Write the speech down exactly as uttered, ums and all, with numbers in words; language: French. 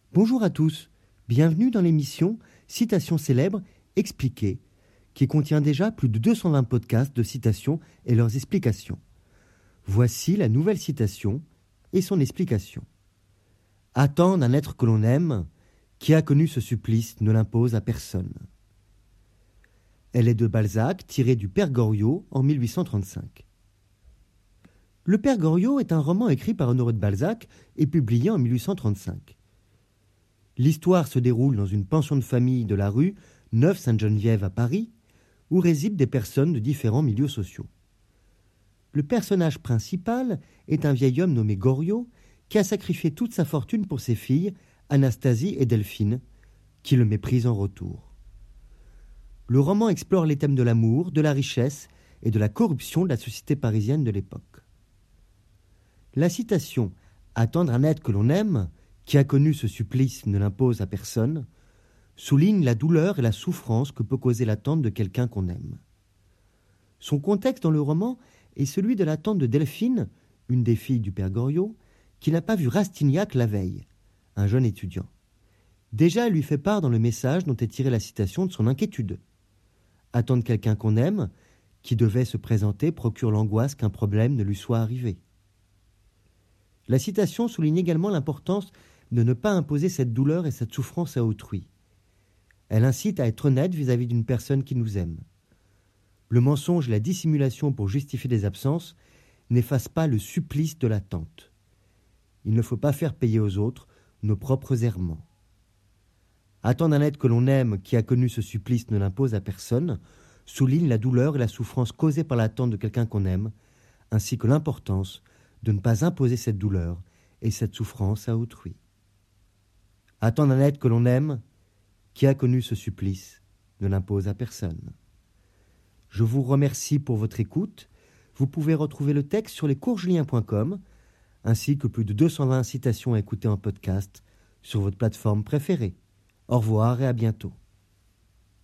Bonjour à tous, bienvenue dans l'émission Citations célèbres expliquées, qui contient déjà plus de deux cent vingt podcasts de citations et leurs explications. Voici la nouvelle citation et son explication. Attendre un être que l'on aime, qui a connu ce supplice, ne l'impose à personne. Elle est de Balzac, tirée du Père Goriot en mille huit cent trente-cinq. Le Père Goriot est un roman écrit par Honoré de Balzac et publié en mille huit cent trente-cinq. L'histoire se déroule dans une pension de famille de la rue Neuve-Sainte-Geneviève à Paris, où résident des personnes de différents milieux sociaux. Le personnage principal est un vieil homme nommé Goriot, qui a sacrifié toute sa fortune pour ses filles, Anastasie et Delphine, qui le méprisent en retour. Le roman explore les thèmes de l'amour, de la richesse et de la corruption de la société parisienne de l'époque. La citation « Attendre un être que l'on aime », qui a connu ce supplice ne l'impose à personne, souligne la douleur et la souffrance que peut causer l'attente de quelqu'un qu'on aime. Son contexte dans le roman est celui de l'attente de Delphine, une des filles du Père Goriot, qui n'a pas vu Rastignac la veille, un jeune étudiant. Déjà, elle lui fait part dans le message dont est tirée la citation de son inquiétude. Attendre quelqu'un qu'on aime, qui devait se présenter, procure l'angoisse qu'un problème ne lui soit arrivé. La citation souligne également l'importance de ne pas imposer cette douleur et cette souffrance à autrui. Elle incite à être honnête vis-à-vis d'une personne qui nous aime. Le mensonge et la dissimulation pour justifier des absences n'effacent pas le supplice de l'attente. Il ne faut pas faire payer aux autres nos propres errements. Attendre un être que l'on aime qui a connu ce supplice ne l'impose à personne souligne la douleur et la souffrance causées par l'attente de quelqu'un qu'on aime, ainsi que l'importance de ne pas imposer cette douleur et cette souffrance à autrui. Attendre un être que l'on aime, qui a connu ce supplice, ne l'impose à personne. Je vous remercie pour votre écoute. Vous pouvez retrouver le texte sur lescoursjulien point com, ainsi que plus de deux cent vingt citations à écouter en podcast sur votre plateforme préférée. Au revoir et à bientôt.